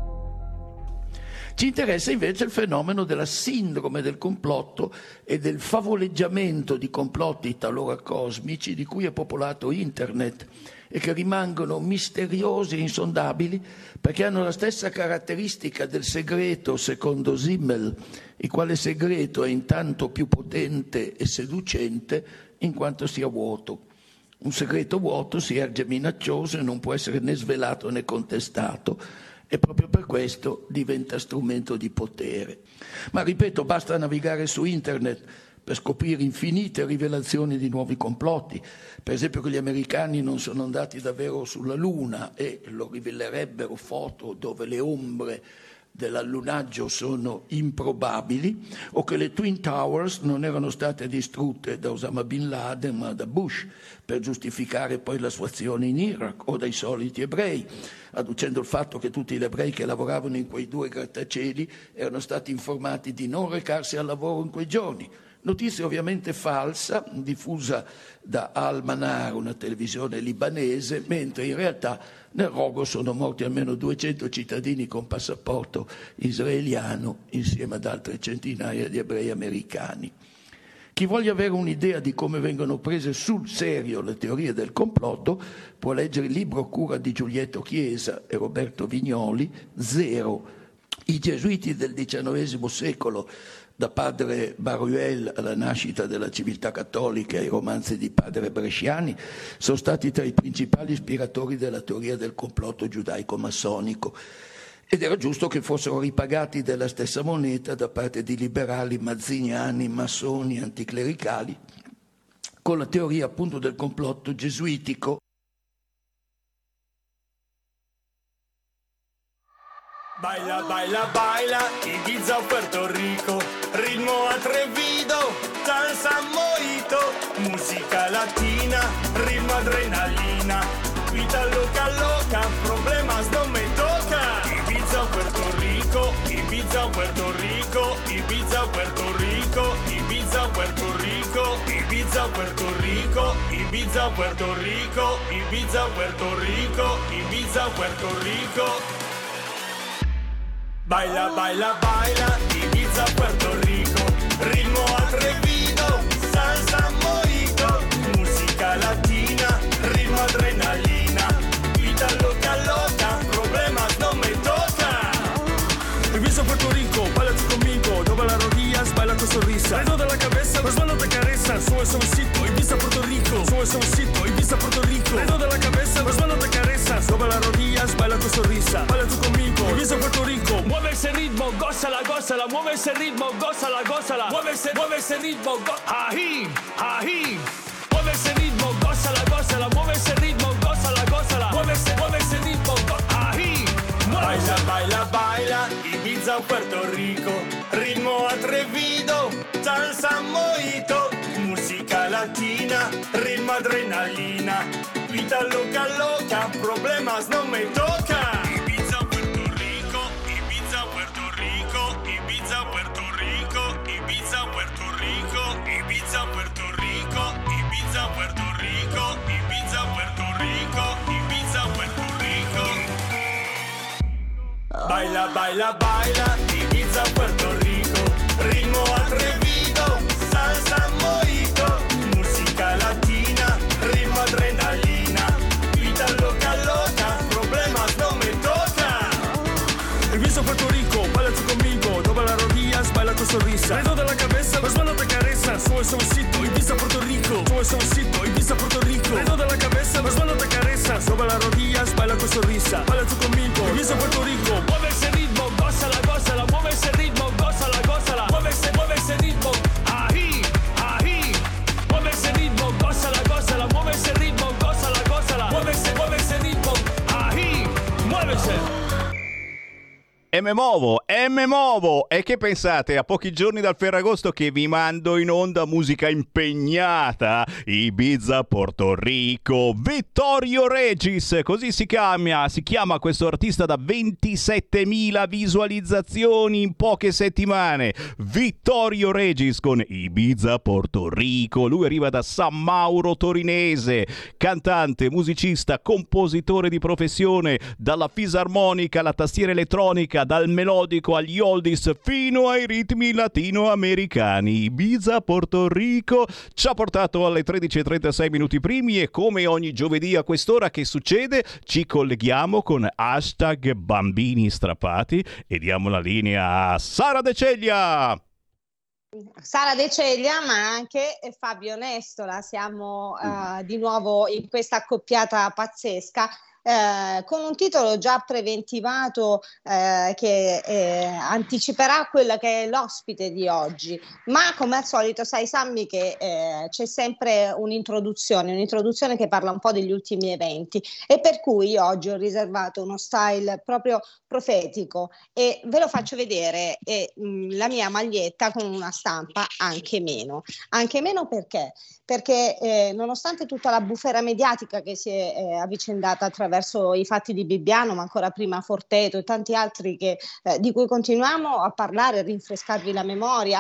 S12: Ci interessa invece il fenomeno della sindrome del complotto e del favoleggiamento di complotti talora cosmici di cui è popolato internet e che rimangono misteriosi e insondabili perché hanno la stessa caratteristica del segreto secondo Simmel, il quale segreto è intanto più potente e seducente in quanto sia vuoto. Un segreto vuoto si erge minaccioso e non può essere né svelato né contestato, e proprio per questo diventa strumento di potere. Ma ripeto, basta navigare su internet per scoprire infinite rivelazioni di nuovi complotti. Per esempio che gli americani non sono andati davvero sulla Luna, e lo rivelerebbero foto dove le ombre dell'allunaggio sono improbabili, o che le Twin Towers non erano state distrutte da Osama Bin Laden ma da Bush per giustificare poi la sua azione in Iraq, o dai soliti ebrei, adducendo il fatto che tutti gli ebrei che lavoravano in quei due grattacieli erano stati informati di non recarsi al lavoro in quei giorni. Notizia ovviamente falsa, diffusa da Al-Manar, una televisione libanese, mentre in realtà nel rogo sono morti almeno duecento cittadini con passaporto israeliano, insieme ad altre centinaia di ebrei americani. Chi voglia avere un'idea di come vengono prese sul serio le teorie del complotto può leggere il libro a cura di Giulietto Chiesa e Roberto Vignoli, Zero, i gesuiti del diciannovesimo secolo, da padre Baruel alla nascita della civiltà cattolica e ai romanzi di padre Bresciani, sono stati tra i principali ispiratori della teoria del complotto giudaico-massonico. Ed era giusto che fossero ripagati della stessa moneta da parte di liberali mazziniani, massoni, anticlericali, con la teoria appunto del complotto gesuitico.
S11: Baila, baila, baila, Ibiza o Puerto Rico, ritmo atrevido, salsa mojito, música latina, ritmo adrenalina, vida loca, loca, problemas no me toca. Ibiza o Puerto Rico, Ibiza o Puerto Rico, Ibiza o Puerto Rico, Ibiza o Puerto Rico, Ibiza o Puerto Rico, Ibiza o Puerto Rico, Ibiza o Puerto Rico, Ibiza o Puerto Rico. Baila, baila, baila, Ibiza, Puerto Rico, ritmo atrevido, salsa mojito, música latina, ritmo adrenalina, vida loca, loca, problemas no me toca. Ibiza, Puerto Rico, baila tú conmigo, dobla las rodillas, baila tu sonrisa, dedo de la cabeza, las manos te carezan, sube suavecito, Ibiza, Puerto Rico, sube suavecito, Ibiza, Puerto Rico, dedo de la cabeza, las manos te carezan, dobla las rodillas, baila tu sonrisa, baila tú conmigo, Ibiza, Puerto Rico, mueve ese ritmo, gózala, gózala, mueve ese ritmo, gózala, gózala, mueve ese, mueve ese ritmo, go- ají, ají, mueve ese ritmo, gózala, gózala, mueve ese ritmo, gózala, gózala, mueve ese, mueve ese ritmo, go- ají, baila, baila, baila, Ibiza, Puerto Rico, ritmo atrevido, salsa mojito, música latina, ritmo adrenalina, vida loca, loca, problemas no me toca. Ibiza, Puerto Rico, Ibiza, Puerto Rico, Ibiza, Puerto Rico, Ibiza, Puerto Rico, Ibiza, Puerto Rico, Ibiza, Puerto Rico, Ibiza, Puerto Rico, Ibiza, Puerto Rico. Baila, baila, baila, Ibiza, Puerto Rico, ritmo atrevido, salsa mojito, música latina, ritmo adrenalina, vida loca, loca, problemas no me toca. Ibiza, Puerto Rico, baila tú conmigo, dobla las rodillas, baila tu sonrisa, dedo de la cabeza, las manos te carezan, sube suavecito, Ibiza, Puerto Rico, sube suavecito, Ibiza, Puerto Rico, dedo de la cabeza, las manos te carezan, sube las rodillas, baila tu sonrisa, baila tú conmigo, Ibiza, Puerto Rico, mueve ese ritmo, gózala, gózala, mueve ese ritmo, gózala, gózala, mueve ese, mueve ese ritmo, ají, ají, mueve ese ritmo, gózala, gózala, mueve ese ritmo, gózala, gózala, mueve ese, mueve ese ritmo, ají, muévese.
S2: E me muovo, e me muovo! E che pensate? A pochi giorni dal Ferragosto che vi mando in onda musica impegnata. Ibiza, Porto Rico, Vittorio Regis, così si chiama, si chiama questo artista da ventisettemila visualizzazioni in poche settimane. Vittorio Regis con Ibiza, Porto Rico. Lui arriva da San Mauro Torinese, cantante, musicista, compositore di professione, dalla fisarmonica alla tastiera elettronica, dal melodico agli oldies fino ai ritmi latinoamericani. Ibiza, Porto Rico ci ha portato alle tredici e trentasei minuti primi e come ogni giovedì a quest'ora che succede ci colleghiamo con hashtag bambini strappati e diamo la linea a Sara De Ceglia.
S13: Sara De Ceglia, ma anche Fabio Nestola. Siamo uh, di nuovo in questa accoppiata pazzesca. Eh, con un titolo già preventivato eh, che eh, anticiperà quella che è l'ospite di oggi, ma come al solito sai Sammy che eh, c'è sempre un'introduzione, un'introduzione che parla un po' degli ultimi eventi e per cui io oggi ho riservato uno style proprio profetico e ve lo faccio vedere e, mh, la mia maglietta con una stampa anche meno, anche meno perché? Perché eh, nonostante tutta la bufera mediatica che si è eh, avvicendata attraverso i fatti di Bibbiano, ma ancora prima Forteto e tanti altri che, eh, di cui continuiamo a parlare, a rinfrescarvi la memoria,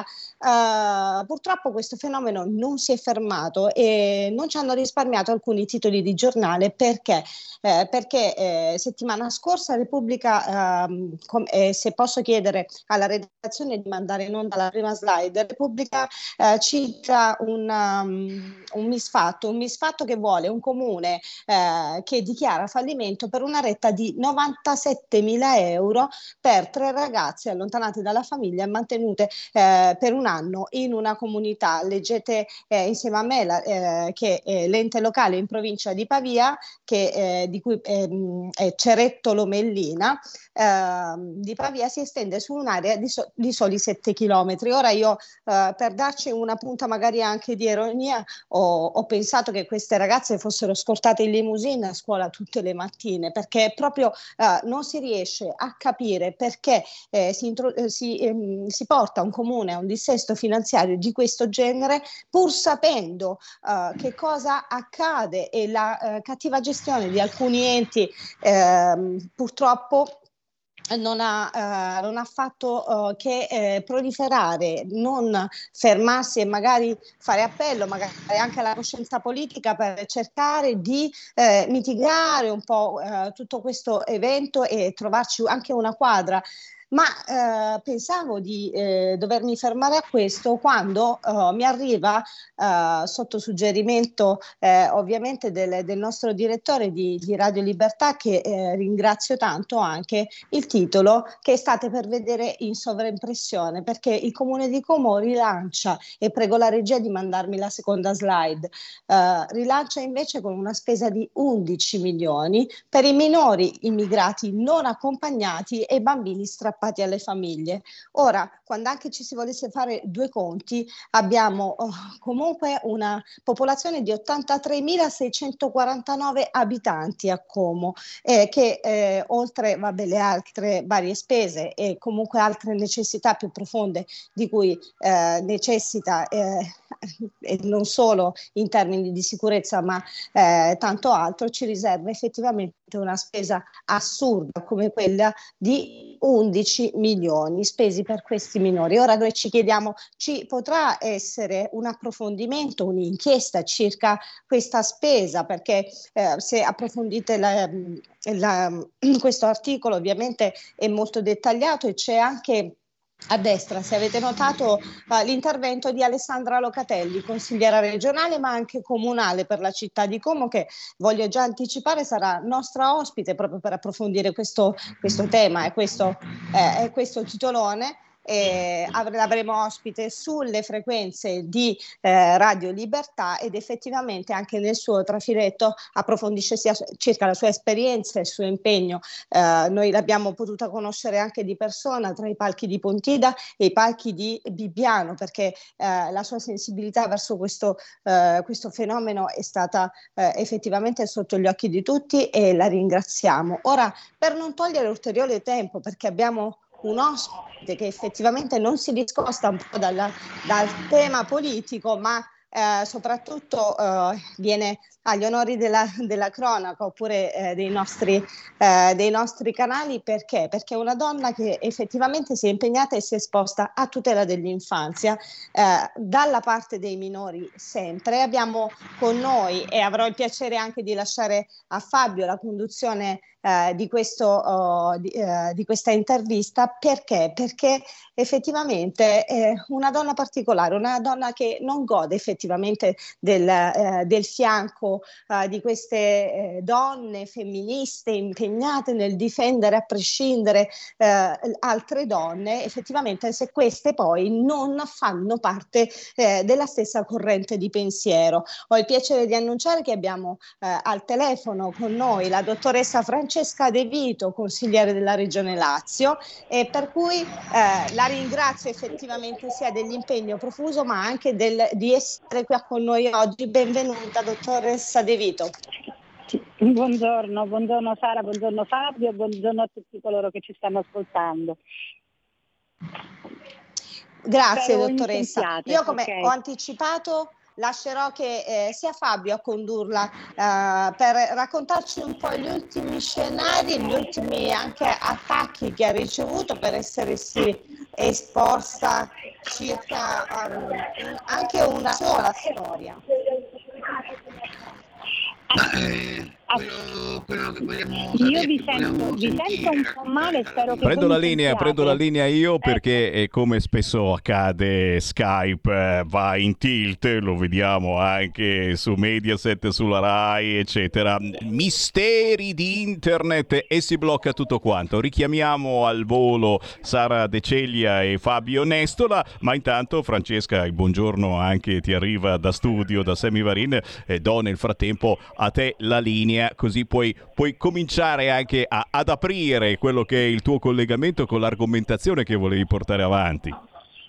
S13: eh, purtroppo questo fenomeno non si è fermato e non ci hanno risparmiato alcuni titoli di giornale perché, eh, perché eh, settimana scorsa Repubblica, eh, com- eh, se posso chiedere alla redazione di mandare in onda la prima slide, Repubblica eh, cita un... Um, un misfatto, un misfatto che vuole un comune eh, che dichiara fallimento per una retta di novantasettemila euro per tre ragazze allontanate dalla famiglia e mantenute eh, per un anno in una comunità. Leggete eh, insieme a me la, eh, che eh, l'ente locale in provincia di Pavia, che, eh, di cui eh, è Ceretto Lomellina, eh, di Pavia si estende su un'area di, so- di soli sette chilometri. Ora io eh, per darci una punta magari anche di ironia Ho, ho pensato che queste ragazze fossero scortate in limousine a scuola tutte le le mattine, perché proprio eh, non si riesce a capire perché eh, si, intro- eh, si, ehm, si porta un comune a un dissesto finanziario di questo genere, pur sapendo eh, che cosa accade e la eh, cattiva gestione di alcuni enti eh, purtroppo Non ha, eh, non ha fatto eh, che eh, proliferare, non fermarsi e magari fare appello, magari anche alla coscienza politica per cercare di eh, mitigare un po' eh, tutto questo evento e trovarci anche una quadra. Ma eh, pensavo di eh, dovermi fermare a questo quando eh, mi arriva, eh, sotto suggerimento eh, ovviamente del, del nostro direttore di, di Radio Libertà, che eh, ringrazio tanto, anche il titolo che state per vedere in sovraimpressione, perché il Comune di Como rilancia, e prego la regia di mandarmi la seconda slide, eh, rilancia invece con una spesa di undici milioni per i minori immigrati non accompagnati e i bambini strappati alle famiglie. Ora, quando anche ci si volesse fare due conti, abbiamo oh, comunque una popolazione di ottantatremilaseicentoquarantanove abitanti a Como, eh, che eh, oltre vabbè, le altre varie spese e comunque altre necessità più profonde di cui eh, necessita eh, e non solo in termini di sicurezza ma eh, tanto altro, ci riserva effettivamente una spesa assurda come quella di undici milioni spesi per questi minori. Ora noi ci chiediamo, ci potrà essere un approfondimento, un'inchiesta circa questa spesa, perché eh, se approfondite la, la, questo articolo ovviamente è molto dettagliato e c'è anche a destra, se avete notato, uh, l'intervento di Alessandra Locatelli, consigliera regionale ma anche comunale per la città di Como, che voglio già anticipare sarà nostra ospite proprio per approfondire questo, questo tema e questo, eh, questo titolone. Eh, l'avremo ospite sulle frequenze di eh, Radio Libertà, ed effettivamente anche nel suo trafiletto approfondisce sia circa la sua esperienza e il suo impegno. Eh, noi l'abbiamo potuta conoscere anche di persona tra i palchi di Pontida e i palchi di Bibbiano, perché eh, la sua sensibilità verso questo, eh, questo fenomeno è stata eh, effettivamente sotto gli occhi di tutti e la ringraziamo. Ora, per non togliere ulteriore tempo, perché abbiamo un ospite che effettivamente non si discosta un po' dalla, dal tema politico, ma eh, soprattutto eh, viene agli onori della, della cronaca oppure eh, dei, nostri, eh, dei nostri canali. Perché? Perché è una donna che effettivamente si è impegnata e si è esposta a tutela dell'infanzia eh, dalla parte dei minori sempre. Abbiamo con noi, e avrò il piacere anche di lasciare a Fabio la conduzione Uh, di, questo, uh, di, uh, di questa intervista. Perché? Perché effettivamente è una donna particolare, una donna che non gode effettivamente del, uh, del fianco uh, di queste uh, donne femministe impegnate nel difendere a prescindere uh, altre donne, effettivamente, se queste poi non fanno parte uh, della stessa corrente di pensiero. Ho il piacere di annunciare che abbiamo uh, al telefono con noi la dottoressa Francesca Francesca De Vito, consigliere della Regione Lazio, e per cui eh, la ringrazio effettivamente sia dell'impegno profuso ma anche del, di essere qui con noi oggi. Benvenuta dottoressa De Vito.
S14: Buongiorno, buongiorno Sara, buongiorno Fabio, buongiorno a tutti coloro che ci stanno ascoltando.
S13: Grazie dottoressa. Io, come
S14: okay.
S13: ho anticipato, lascerò che eh, sia Fabio a condurla eh, per raccontarci un po' gli ultimi scenari, gli ultimi anche attacchi che ha ricevuto per essersi esposta circa um, anche una sola storia.
S12: Ma, eh, quello, quello che vogliamo
S14: io vi sento, vi sento un po' male, spero che
S2: prendo la linea,
S14: sentiate.
S2: prendo la linea io perché ecco. Come spesso accade, Skype eh, va in tilt, lo vediamo anche su Mediaset, sulla Rai, eccetera. Misteri di internet e si blocca tutto quanto. Richiamiamo al volo Sara De Ceglia e Fabio Nestola, ma intanto Francesca, il buongiorno anche ti arriva da studio, da Semivarin, e do nel frattempo a te la linea, così puoi, puoi cominciare anche a, ad aprire quello che è il tuo collegamento con l'argomentazione che volevi portare avanti.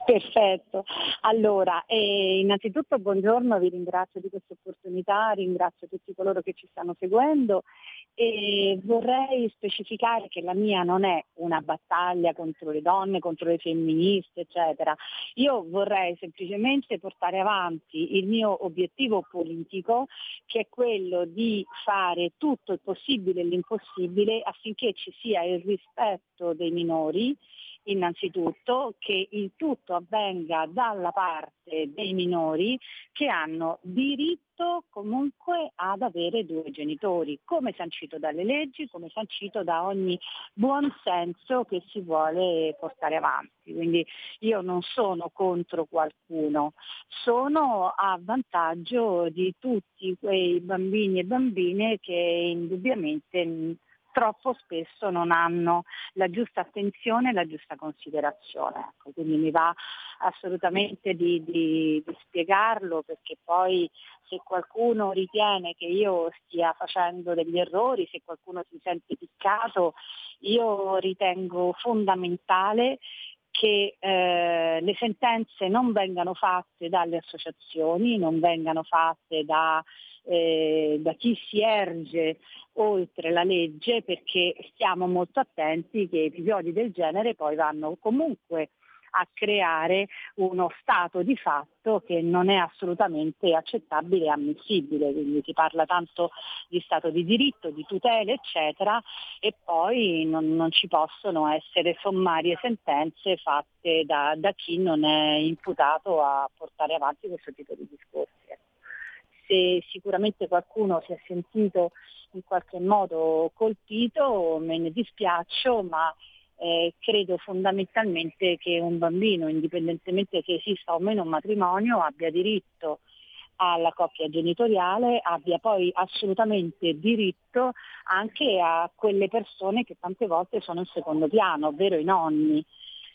S14: Perfetto, allora eh, innanzitutto buongiorno, vi ringrazio di questa opportunità, ringrazio tutti coloro che ci stanno seguendo e vorrei specificare che la mia non è una battaglia contro le donne, contro le femministe eccetera, io vorrei semplicemente portare avanti il mio obiettivo politico, che è quello di fare tutto il possibile e l'impossibile affinché ci sia il rispetto dei minori, innanzitutto che il tutto avvenga dalla parte dei minori che hanno diritto comunque ad avere due genitori, come sancito dalle leggi, come sancito da ogni buon senso che si vuole portare avanti. Quindi io non sono contro qualcuno, sono a vantaggio di tutti quei bambini e bambine che indubbiamente troppo spesso non hanno la giusta attenzione e la giusta considerazione. Ecco, quindi mi va assolutamente di, di, di spiegarlo, perché poi se qualcuno ritiene che io stia facendo degli errori, se qualcuno si sente piccato, io ritengo fondamentale che eh, le sentenze non vengano fatte dalle associazioni, non vengano fatte da Eh, da chi si erge oltre la legge, perché stiamo molto attenti che episodi del genere poi vanno comunque a creare uno stato di fatto che non è assolutamente accettabile e ammissibile. Quindi si parla tanto di stato di diritto, di tutele eccetera, e poi non, non ci possono essere sommarie sentenze fatte da, da chi non è imputato a portare avanti questo tipo di discorsi. Se sicuramente qualcuno si è sentito in qualche modo colpito, me ne dispiaccio, ma eh, credo fondamentalmente che un bambino, indipendentemente che esista o meno un matrimonio, abbia diritto alla coppia genitoriale, abbia poi assolutamente diritto anche a quelle persone che tante volte sono in secondo piano, ovvero i nonni.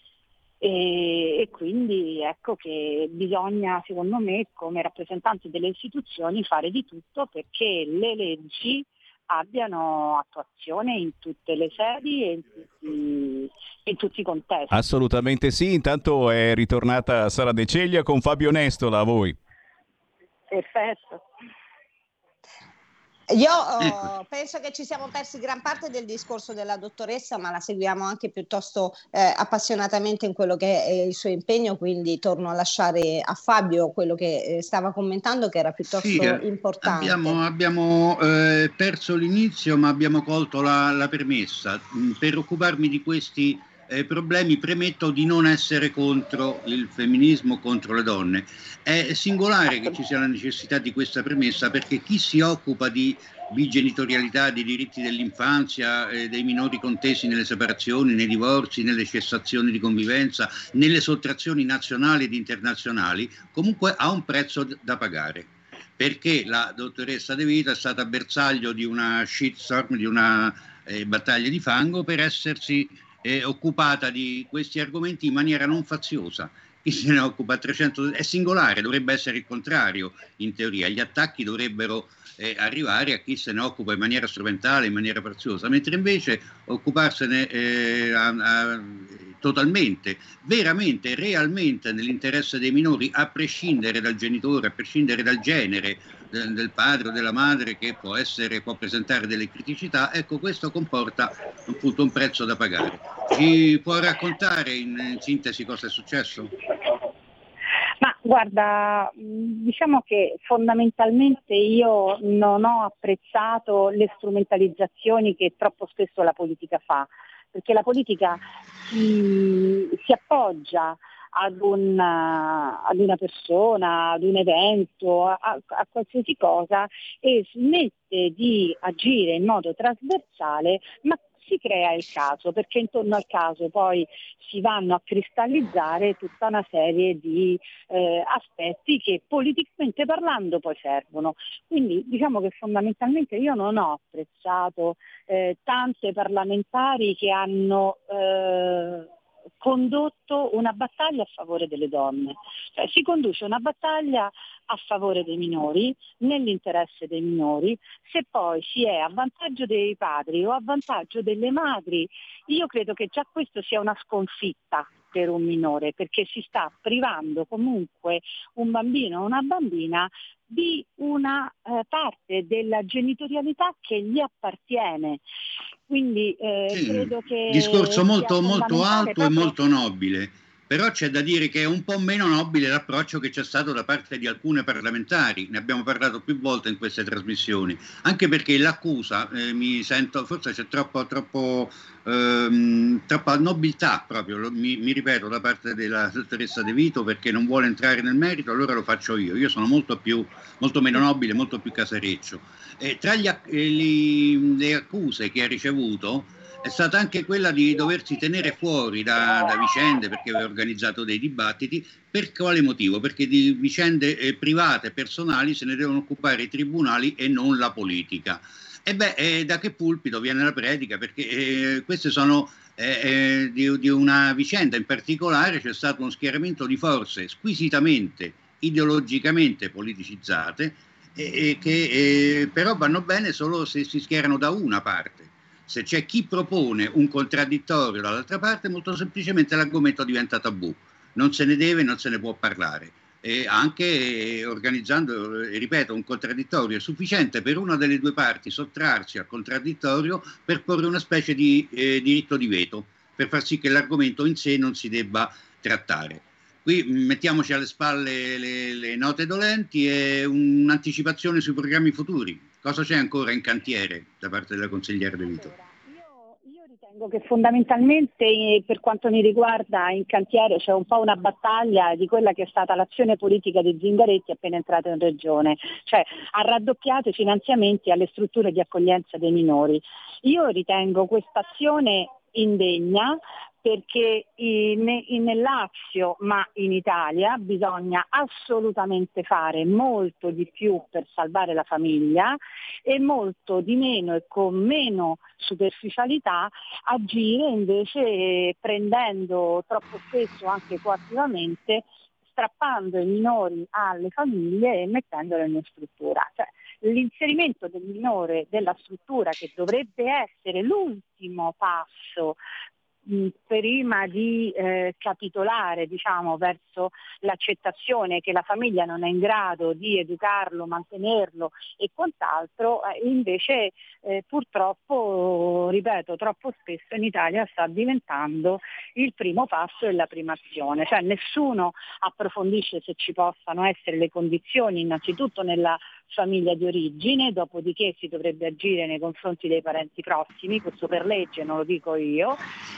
S14: E, e quindi ecco che bisogna, secondo me, come rappresentanti delle istituzioni, fare di tutto perché le leggi abbiano attuazione in tutte le sedi e in tutti, in tutti i contesti.
S2: Assolutamente sì, intanto è ritornata Sara De Ceglia con Fabio Nestola, a voi.
S14: Perfetto.
S13: Io oh, penso che ci siamo persi gran parte del discorso della dottoressa, ma la seguiamo anche piuttosto eh, appassionatamente in quello che è il suo impegno, quindi torno a lasciare a Fabio quello che eh, stava commentando, che era piuttosto
S15: sì,
S13: importante.
S15: Abbiamo, abbiamo eh, perso l'inizio, ma abbiamo colto la, la premessa. Per occuparmi di questi eh, problemi premetto di non essere contro il femminismo, contro le donne. È singolare che ci sia la necessità di questa premessa, perché chi si occupa di bigenitorialità, di diritti dell'infanzia, eh, dei minori contesi nelle separazioni, nei divorzi, nelle cessazioni di convivenza, nelle sottrazioni nazionali ed internazionali, comunque ha un prezzo d- da pagare. Perché la dottoressa De Vita è stata bersaglio di una shitstorm, di una eh, battaglia di fango, per essersi eh, occupata di questi argomenti in maniera non faziosa. Chi se ne occupa a trecento è singolare, dovrebbe essere il contrario in teoria, gli attacchi dovrebbero eh, arrivare a chi se ne occupa in maniera strumentale, in maniera faziosa, mentre invece occuparsene eh, a, a, totalmente, veramente, realmente nell'interesse dei minori, a prescindere dal genitore, a prescindere dal genere del, del padre o della madre, che può essere, può presentare delle criticità, ecco, questo comporta appunto un prezzo da pagare. Ci può raccontare in, in sintesi cosa è successo?
S14: Ma guarda, diciamo che fondamentalmente io non ho apprezzato le strumentalizzazioni che troppo spesso la politica fa, perché la politica si, si appoggia ad una, ad una persona, ad un evento, a, a qualsiasi cosa, e smette di agire in modo trasversale, ma si crea il caso, perché intorno al caso poi si vanno a cristallizzare tutta una serie di eh, aspetti che politicamente parlando poi servono. Quindi diciamo che fondamentalmente io non ho apprezzato eh, tante parlamentari che hanno eh, condotto una battaglia a favore delle donne. Cioè, si conduce una battaglia a favore dei minori, nell'interesse dei minori, se poi si è a vantaggio dei padri o a vantaggio delle madri, io credo che già questo sia una sconfitta per un minore, perché si sta privando comunque un bambino o una bambina di una eh, parte della genitorialità che gli appartiene. Quindi eh,
S15: Sì,
S14: credo che
S15: discorso molto,
S14: sia
S15: molto alto
S14: proprio...
S15: e molto nobile, però c'è da dire che è un po' meno nobile l'approccio che c'è stato da parte di alcune parlamentari, ne abbiamo parlato più volte in queste trasmissioni, anche perché l'accusa, eh, mi sento, forse c'è troppo, troppo, ehm, troppa nobiltà proprio, lo, mi, mi ripeto, da parte della dottoressa De Vito, perché non vuole entrare nel merito, allora lo faccio io, io sono molto più, molto meno nobile, molto più casareccio. E tra gli, eh, le accuse che ha ricevuto è stata anche quella di doversi tenere fuori da, da vicende, perché aveva organizzato dei dibattiti. Per quale motivo? Perché di vicende eh, private, personali, se ne devono occupare i tribunali e non la politica. E beh, eh, da che pulpito viene la predica? Perché eh, queste sono eh, eh, di, di una vicenda in particolare. C'è stato uno schieramento di forze squisitamente, ideologicamente politicizzate, eh, eh, che eh, però vanno bene solo se si schierano da una parte. Se c'è chi propone un contraddittorio dall'altra parte, molto semplicemente l'argomento diventa tabù, non se ne deve, non se ne può parlare. E anche organizzando, ripeto, un contraddittorio è sufficiente per una delle due parti sottrarsi al contraddittorio per porre una specie di eh, diritto di veto, per far sì che l'argomento in sé non si debba trattare. Qui mettiamoci alle spalle le, le note dolenti e un'anticipazione sui programmi futuri. Cosa c'è ancora in cantiere da parte della consigliera De Vito?
S14: Io, io ritengo che fondamentalmente, per quanto mi riguarda, in cantiere c'è un po' una battaglia di quella che è stata l'azione politica di Zingaretti appena entrato in regione, cioè ha raddoppiato i finanziamenti alle strutture di accoglienza dei minori. Io ritengo questa azione indegna, perché in, in, nel Lazio, ma in Italia, bisogna assolutamente fare molto di più per salvare la famiglia e molto di meno e con meno superficialità agire invece prendendo troppo spesso anche coattivamente, strappando i minori alle famiglie e mettendoli in struttura. Cioè, l'inserimento del minore della struttura, che dovrebbe essere l'ultimo passo prima di eh, capitolare, diciamo, verso l'accettazione che la famiglia non è in grado di educarlo, mantenerlo e quant'altro, eh, invece eh, purtroppo, ripeto, troppo spesso in Italia sta diventando il primo passo e la prima azione, cioè nessuno approfondisce se ci possano essere le condizioni innanzitutto nella famiglia di origine, dopodiché si dovrebbe agire nei confronti dei parenti prossimi, questo per legge, non lo dico io.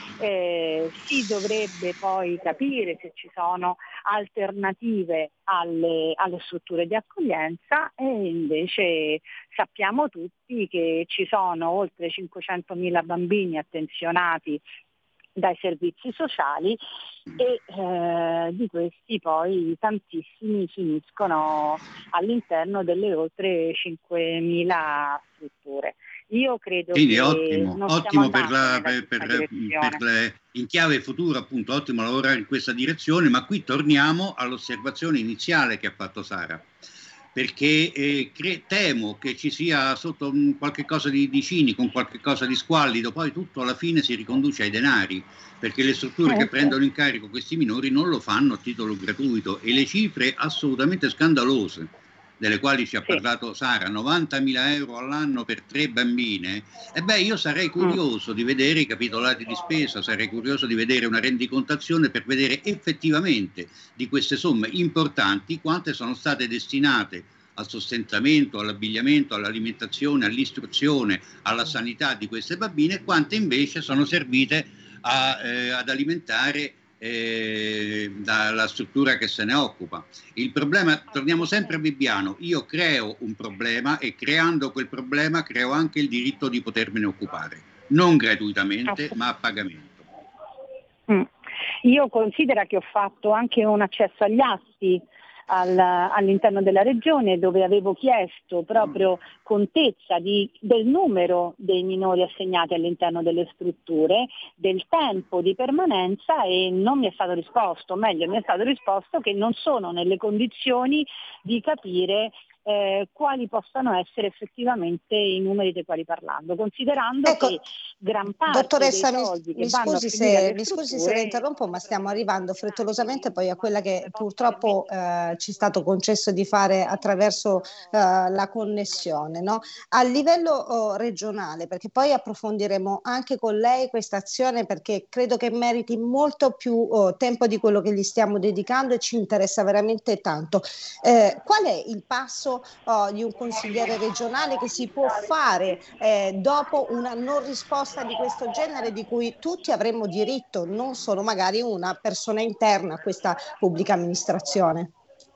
S14: Eh, si dovrebbe poi capire se ci sono alternative alle, alle strutture di accoglienza, e invece sappiamo tutti che ci sono oltre cinquecentomila bambini attenzionati dai servizi sociali e eh, di questi poi tantissimi finiscono all'interno delle oltre cinquemila strutture. Io credo
S15: Quindi
S14: che
S15: ottimo,
S14: non
S15: ottimo per la,
S14: per,
S15: per, per, per le, in chiave futuro, appunto, ottimo lavorare in questa direzione, ma qui torniamo all'osservazione iniziale che ha fatto Sara, perché eh, cre- temo che ci sia sotto un qualche cosa di, di cinico, un qualche cosa di squallido, poi tutto alla fine si riconduce ai denari, perché le strutture che prendono in carico questi minori non lo fanno a titolo gratuito, e le cifre assolutamente scandalose delle quali ci ha parlato Sara, novantamila euro all'anno per tre bambine, e beh, io sarei curioso di vedere i capitolati di spesa, sarei curioso di vedere una rendicontazione per vedere effettivamente di queste somme importanti quante sono state destinate al sostentamento, all'abbigliamento, all'alimentazione, all'istruzione, alla sanità di queste bambine, e quante invece sono servite a, eh, ad alimentare Eh, dalla struttura che se ne occupa. Il problema, torniamo sempre a Bibbiano, io creo un problema e creando quel problema creo anche il diritto di potermene occupare, non gratuitamente ma a pagamento.
S14: Mm. Io considero che ho fatto anche un accesso agli atti al, all'interno della regione, dove avevo chiesto proprio contezza di, del numero dei minori assegnati all'interno delle strutture, del tempo di permanenza, e non mi è stato risposto, o meglio mi è stato risposto che non sono nelle condizioni di capire eh, quali possano essere effettivamente i numeri dei quali parlando, considerando
S13: ecco,
S14: che gran parte
S13: dottoressa,
S14: dei
S13: mi,
S14: soldi che
S13: mi
S14: vanno
S13: scusi
S14: a finire
S13: se,
S14: alle
S13: mi scusi se
S14: strutture...
S13: la interrompo, ma stiamo arrivando frettolosamente poi a quella che purtroppo eh, ci è stato concesso di fare attraverso eh, la connessione, no? A livello oh, regionale, perché poi approfondiremo anche con lei questa azione, perché credo che meriti molto più oh, tempo di quello che gli stiamo dedicando e ci interessa veramente tanto. Eh, qual è il passo oh, di un consigliere regionale che si può fare eh, dopo una non risposta di questo genere, di cui tutti avremmo diritto, non solo magari una persona interna a questa pubblica amministrazione?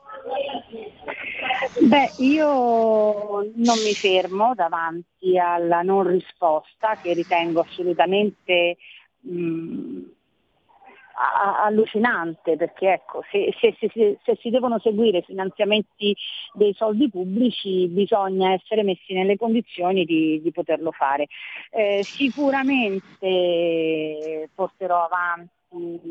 S14: Beh, io non mi fermo davanti alla non risposta, che ritengo assolutamente mh, a- allucinante, perché ecco, se, se, se, se si devono seguire finanziamenti dei soldi pubblici bisogna essere messi nelle condizioni di, di poterlo fare. Eh, sicuramente porterò avanti